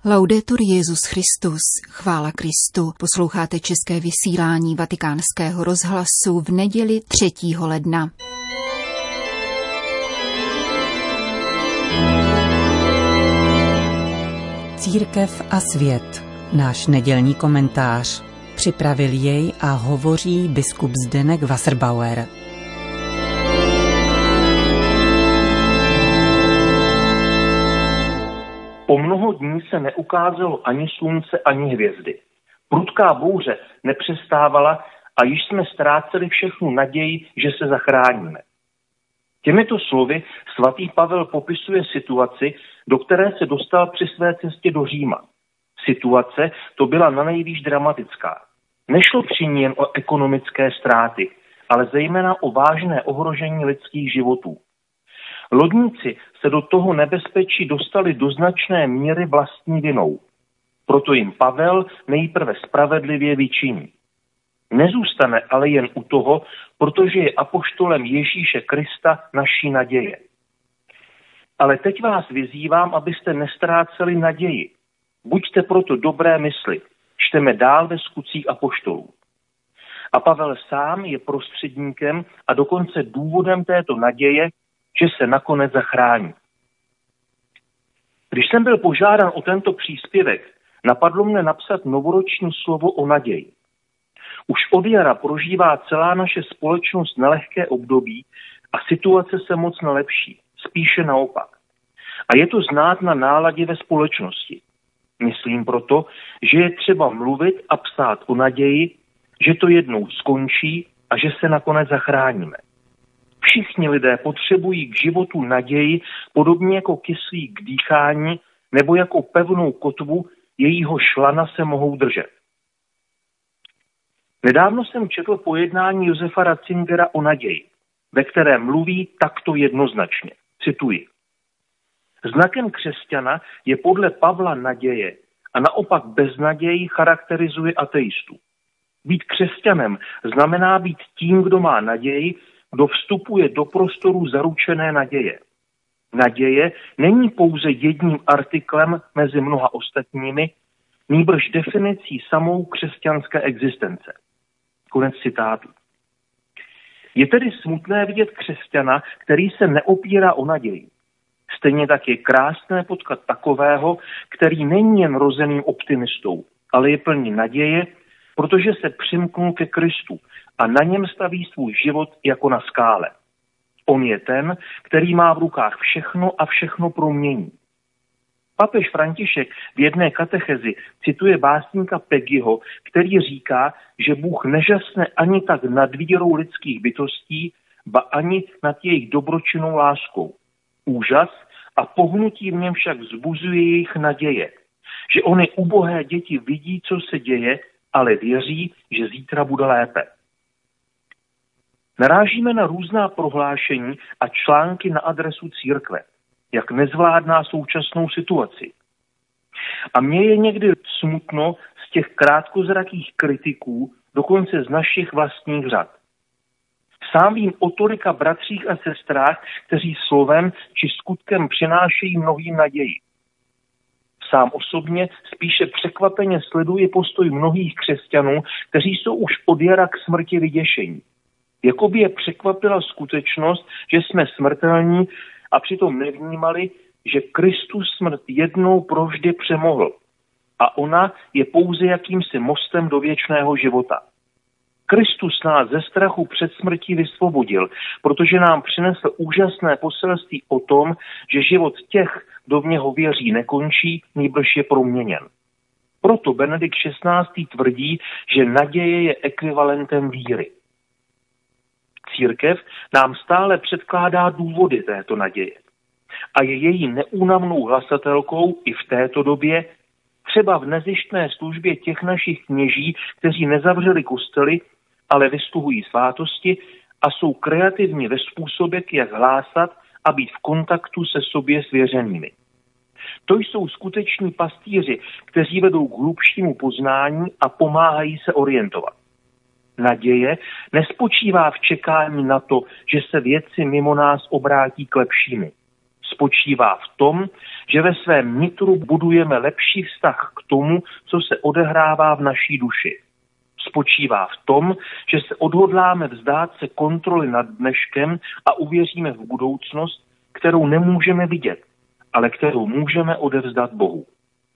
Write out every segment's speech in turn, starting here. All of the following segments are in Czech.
Laudetur Jesus Christus, chvála Kristu. Posloucháte české vysílání Vatikánského rozhlasu v neděli 3. ledna. Církev a svět. Náš nedělní komentář. Připravil jej a hovoří biskup Zdeněk Wasserbauer. Po mnoho dní se neukázalo ani slunce, ani hvězdy. Prudká bouře nepřestávala a již jsme ztráceli všechnu naději, že se zachráníme. Těmito slovy svatý Pavel popisuje situaci, do které se dostal při své cestě do Říma. Situace to byla nanejvýš dramatická. Nešlo při ní jen o ekonomické ztráty, ale zejména o vážné ohrožení lidských životů. Lodníci se do toho nebezpečí dostali do značné míry vlastní vinou. Proto jim Pavel nejprve spravedlivě vyčiní. Nezůstane ale jen u toho, protože je apoštolem Ježíše Krista naší naděje. Ale teď vás vyzývám, abyste nestráceli naději. Buďte proto dobré mysli. Čteme dál ve skutcích apoštolů. A Pavel sám je prostředníkem a dokonce důvodem této naděje, že se nakonec zachrání. Když jsem byl požádán o tento příspěvek, napadlo mne napsat novoroční slovo o naději. Už od jara prožívá celá naše společnost nelehké období a situace se moc nelepší, spíše naopak. A je to znát na náladě ve společnosti. Myslím proto, že je třeba mluvit a psát o naději, že to jednou skončí a že se nakonec zachráníme. Všichni lidé potřebují k životu naději, podobně jako kyslík k dýchání nebo jako pevnou kotvu, jejího šlana se mohou držet. Nedávno jsem četl pojednání Josefa Ratzingera o naději, ve kterém mluví takto jednoznačně. Cituji. Znakem křesťana je podle Pavla naděje a naopak beznaději charakterizuje ateistu. Být křesťanem znamená být tím, kdo má naději, kdo vstupuje do prostoru zaručené naděje. Naděje není pouze jedním artiklem mezi mnoha ostatními, nýbrž definicí samou křesťanské existence. Konec citátu. Je tedy smutné vidět křesťana, který se neopírá o naději. Stejně tak je krásné potkat takového, který není jen rozeným optimistou, ale je plný naděje, protože se přimknul ke Kristu a na něm staví svůj život jako na skále. On je ten, který má v rukách všechno a všechno promění. Papež František v jedné katechezi cituje básníka Peggyho, který říká, že Bůh nežasne ani tak nad vírou lidských bytostí, ba ani nad jejich dobročinnou láskou. Úžas a pohnutí v něm však vzbuzuje jejich naděje, že ony ubohé děti vidí, co se děje, ale věří, že zítra bude lépe. Narážíme na různá prohlášení a články na adresu církve, jak nezvládná současnou situaci. A mně je někdy smutno z těch krátkozrakých kritiků, dokonce z našich vlastních řad. Sám vím o tolika bratřích a sestrách, kteří slovem či skutkem přinášejí mnohým naději. Sám osobně spíše překvapeně sleduji postoj mnohých křesťanů, kteří jsou už od jara k smrti vyděšení. Jakoby je překvapila skutečnost, že jsme smrtelní a přitom nevnímali, že Kristus smrt jednou provždy přemohl a ona je pouze jakýmsi mostem do věčného života. Kristus nás ze strachu před smrtí vysvobodil, protože nám přinesl úžasné poselství o tom, že život těch, kdo v něho věří, nekončí, nýbrž je proměněn. Proto Benedikt XVI. Tvrdí, že naděje je ekvivalentem víry. Církev nám stále předkládá důvody této naděje a je její neúnavnou hlasatelkou i v této době, třeba v nezištné službě těch našich kněží, kteří nezavřeli kostely, ale vysluhují svátosti a jsou kreativní ve způsobech, jak hlásat a být v kontaktu se sobě svěřenými. To jsou skuteční pastýři, kteří vedou k hlubšímu poznání a pomáhají se orientovat. Naděje nespočívá v čekání na to, že se věci mimo nás obrátí k lepšímu. Spočívá v tom, že ve svém nitru budujeme lepší vztah k tomu, co se odehrává v naší duši. Spočívá v tom, že se odhodláme vzdát se kontroly nad dneškem a uvěříme v budoucnost, kterou nemůžeme vidět, ale kterou můžeme odevzdat Bohu.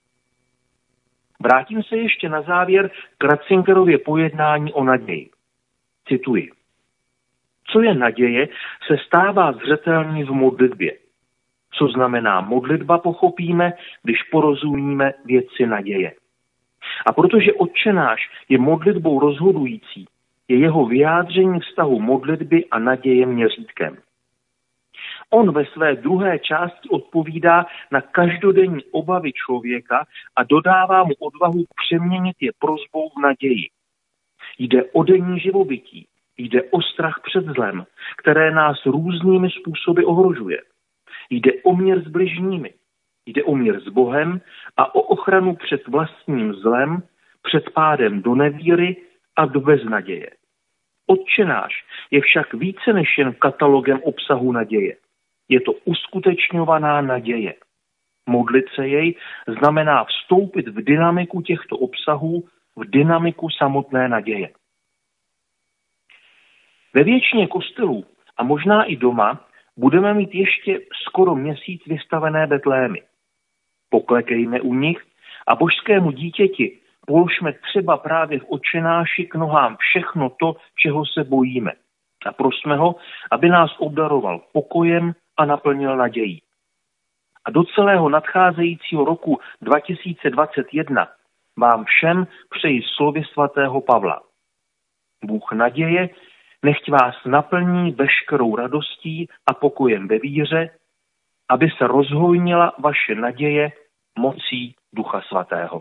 Vrátím se ještě na závěr k Ratzingerově pojednání o naději. Cituji. Co je naděje, se stává zřetelný v modlitbě. Co znamená modlitba, pochopíme, když porozumíme věci naděje. A protože Otčenáš je modlitbou rozhodující, je jeho vyjádření vztahu modlitby a naděje měřítkem. On ve své druhé části odpovídá na každodenní obavy člověka a dodává mu odvahu přeměnit je prosbou v naději. Jde o denní živobytí, jde o strach před zlem, které nás různými způsoby ohrožuje. Jde o mír s bližními, jde o mír s Bohem a o ochranu před vlastním zlem, před pádem do nevíry a do beznaděje. Otčenáš je však více než jen katalogem obsahu naděje. Je to uskutečňovaná naděje. Modlit se jej znamená vstoupit v dynamiku těchto obsahů, v dynamiku samotné naděje. Ve většině kostelů a možná i doma budeme mít ještě skoro měsíc vystavené betlémy. Poklekejme u nich a božskému dítěti položme třeba právě v Otčenáši k nohám všechno to, čeho se bojíme. A prosme ho, aby nás obdaroval pokojem a naplnil nadějí. A do celého nadcházejícího roku 2021 vám všem přeji slovy svatého Pavla. Bůh naděje nechť vás naplní veškerou radostí a pokojem ve víře, aby se rozhojnila vaše naděje mocí Ducha Svatého.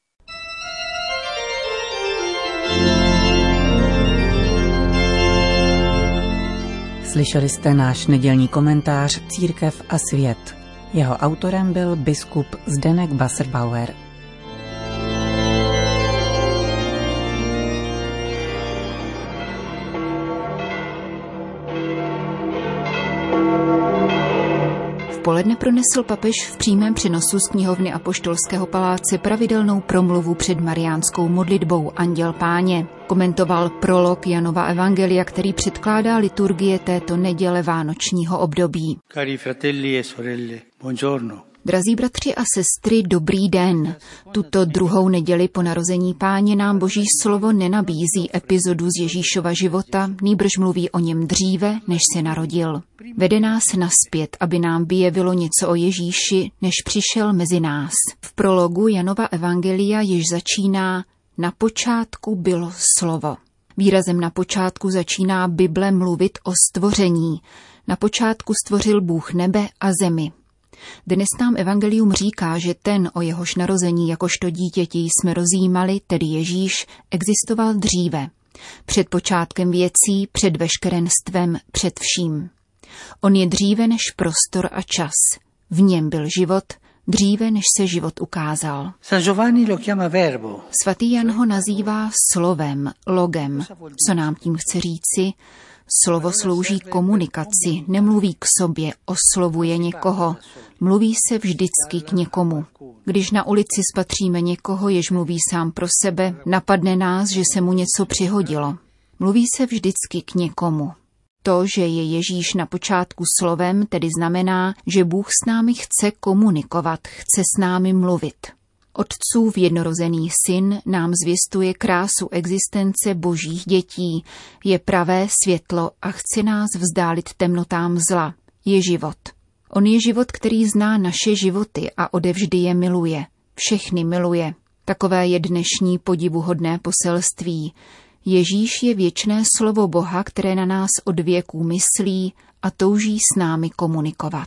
Slyšeli jste náš nedělní komentář Církev a svět. Jeho autorem byl biskup Zdeněk Wasserbauer. Poledne pronesl papež v přímém přenosu z knihovny Apoštolského paláce pravidelnou promluvu před mariánskou modlitbou Anděl Páně. Komentoval prolog Janova evangelia, který předkládá liturgie této neděle vánočního období. Cari fratelli e sorelle, buongiorno. Drazí bratři a sestry, dobrý den. Tuto druhou neděli po narození Páně nám Boží slovo nenabízí epizodu z Ježíšova života, nýbrž mluví o něm dříve, než se narodil. Vede nás nazpět, aby nám vyjevilo něco o Ježíši, než přišel mezi nás. V prologu Janova evangelia již začíná: na počátku bylo slovo. Výrazem na počátku začíná Bible mluvit o stvoření. Na počátku stvořil Bůh nebe a zemi. Dnes nám evangelium říká, že ten, o jehož narození jakožto dítěti jsme rozjímali, tedy Ježíš, existoval dříve. Před počátkem věcí, před veškerenstvem, před vším. On je dříve než prostor a čas. V něm byl život, dříve než se život ukázal. Svatý Jan ho nazývá slovem, logem. Co nám tím chce říci? Slovo slouží komunikaci, nemluví k sobě, oslovuje někoho. Mluví se vždycky k někomu. Když na ulici spatříme někoho, jež mluví sám pro sebe, napadne nás, že se mu něco přihodilo. Mluví se vždycky k někomu. To, že je Ježíš na počátku slovem, tedy znamená, že Bůh s námi chce komunikovat, chce s námi mluvit. Otcův jednorozený syn nám zvěstuje krásu existence božích dětí, je pravé světlo a chce nás vzdálit temnotám zla. Je život. On je život, který zná naše životy a odevždy je miluje. Všechny miluje. Takové je dnešní podivuhodné poselství. Ježíš je věčné slovo Boha, které na nás od věků myslí a touží s námi komunikovat.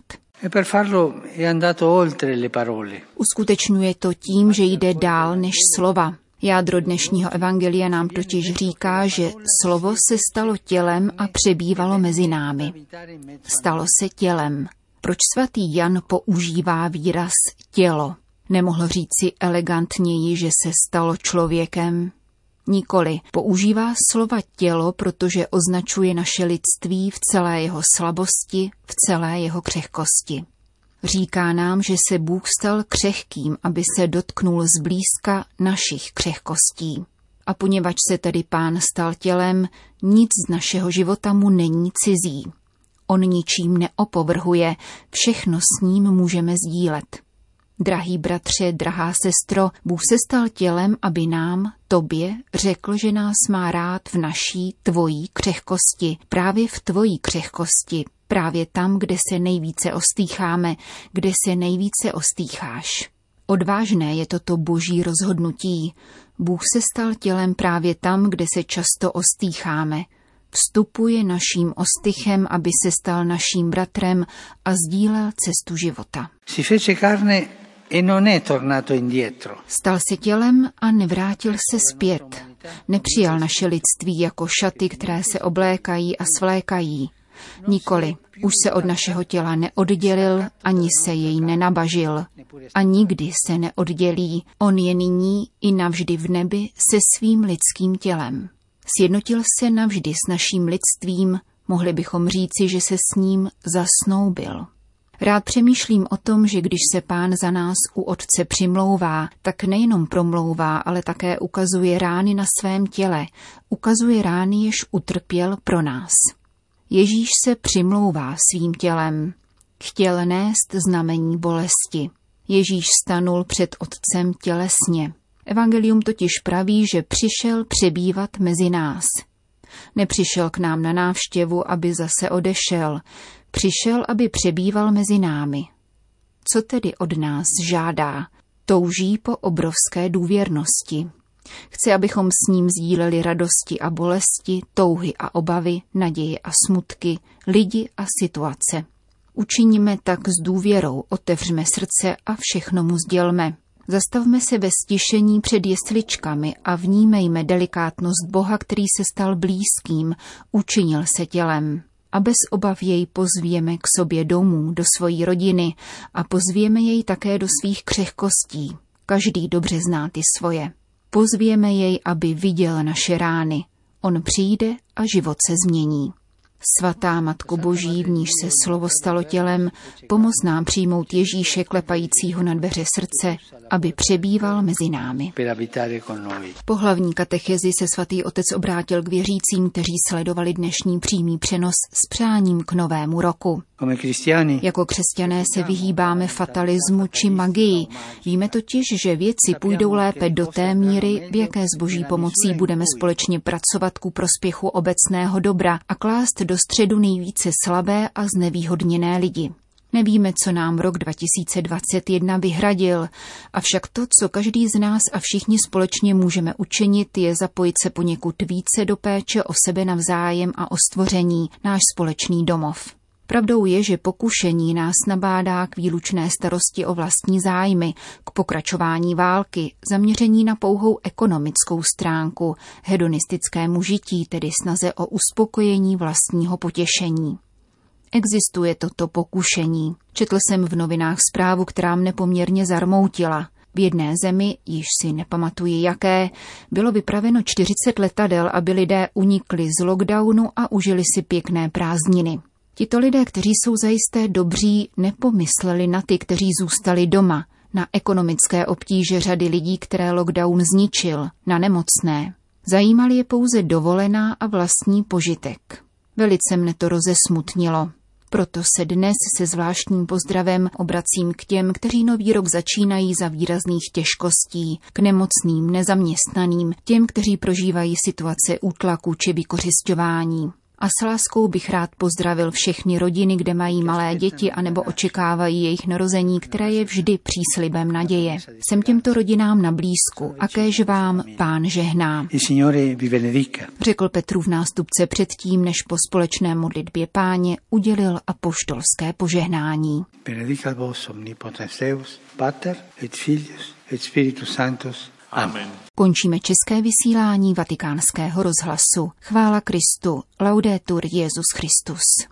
Uskutečňuje to tím, že jde dál než slova. Jádro dnešního evangelia nám totiž říká, že slovo se stalo tělem a přebývalo mezi námi. Stalo se tělem. Proč svatý Jan používá výraz tělo? Nemohl říci elegantněji, že se stalo člověkem? Nikoli. Používá slova tělo, protože označuje naše lidství v celé jeho slabosti, v celé jeho křehkosti. Říká nám, že se Bůh stal křehkým, aby se dotknul zblízka našich křehkostí. A poněvadž se tedy Pán stal tělem, nic z našeho života mu není cizí. On ničím neopovrhuje, všechno s ním můžeme sdílet. Drahý bratře, drahá sestro, Bůh se stal tělem, aby nám, tobě, řekl, že nás má rád v naší, tvojí křehkosti, právě v tvojí křehkosti, právě tam, kde se nejvíce ostýcháme, kde se nejvíce ostýcháš. Odvážné je toto boží rozhodnutí. Bůh se stal tělem právě tam, kde se často ostýcháme. Vstupuje naším ostychem, aby se stal naším bratrem a sdílel cestu života. Si fece carne e non è tornato indietro. Stal se tělem a nevrátil se zpět. Nepřijal naše lidství jako šaty, které se oblékají a svlékají. Nikoli, už se od našeho těla neoddělil, ani se jej nenabažil. A nikdy se neoddělí. On je nyní i navždy v nebi se svým lidským tělem. Sjednotil se navždy s naším lidstvím, mohli bychom říci, že se s ním zasnoubil. Rád přemýšlím o tom, že když se Pán za nás u Otce přimlouvá, tak nejenom promlouvá, ale také ukazuje rány na svém těle, ukazuje rány, jež utrpěl pro nás. Ježíš se přimlouvá svým tělem. Chtěl nést znamení bolesti. Ježíš stanul před Otcem tělesně. Evangelium totiž praví, že přišel přebývat mezi nás. Nepřišel k nám na návštěvu, aby zase odešel. Přišel, aby přebýval mezi námi. Co tedy od nás žádá? Touží po obrovské důvěrnosti. Chce, abychom s ním sdíleli radosti a bolesti, touhy a obavy, naděje a smutky, lidi a situace. Učiníme tak s důvěrou, otevřme srdce a všechno mu sdělme. Zastavme se ve stišení před jesličkami a vnímejme delikátnost Boha, který se stal blízkým, učinil se tělem. A bez obav jej pozvěme k sobě domů, do svojí rodiny a pozvěme jej také do svých křehkostí. Každý dobře zná ty svoje. Pozvěme jej, aby viděl naše rány. On přijde a život se změní. Svatá Matko Boží, v níž se slovo stalo tělem, pomoz nám přijmout Ježíše klepajícího na dveře srdce, aby přebýval mezi námi. Po hlavní katechezi se svatý otec obrátil k věřícím, kteří sledovali dnešní přímý přenos s přáním k novému roku. Jako křesťané se vyhýbáme fatalismu či magii. Víme totiž, že věci půjdou lépe do té míry, v jaké s Boží pomocí budeme společně pracovat ku prospěchu obecného dobra a klást do středu nejvíce slabé a znevýhodněné lidi. Nevíme, co nám rok 2021 vyhradil, avšak to, co každý z nás a všichni společně můžeme učinit, je zapojit se poněkud více do péče o sebe navzájem a o stvoření, náš společný domov. Pravdou je, že pokušení nás nabádá k výlučné starosti o vlastní zájmy, k pokračování války, zaměření na pouhou ekonomickou stránku, hedonistickému žití, tedy snaze o uspokojení vlastního potěšení. Existuje toto pokušení. Četl jsem v novinách zprávu, která mne poměrně zarmoutila. V jedné zemi, již si nepamatuji jaké, bylo vypraveno 40 letadel, aby lidé unikli z lockdownu a užili si pěkné prázdniny. Tito lidé, kteří jsou zajisté dobří, nepomysleli na ty, kteří zůstali doma, na ekonomické obtíže řady lidí, které lockdown zničil, na nemocné. Zajímali je pouze dovolená a vlastní požitek. Velice mne to rozesmutnilo. Proto se dnes se zvláštním pozdravem obracím k těm, kteří nový rok začínají za výrazných těžkostí, k nemocným, nezaměstnaným, těm, kteří prožívají situace útlaku či vykořisťování. A s láskou bych rád pozdravil všechny rodiny, kde mají malé děti anebo očekávají jejich narození, které je vždy příslibem naděje. Jsem těmto rodinám na blízku a kéž vám Pán žehná. Řekl Petrův nástupce předtím, než po společné modlitbě Páně udělil apoštolské požehnání. Benedicat vos omnipotens Deus, Pater et Filius et Spiritus Sanctus. Amen. Končíme české vysílání Vatikánského rozhlasu. Chvála Kristu, laudetur Jesus Christus.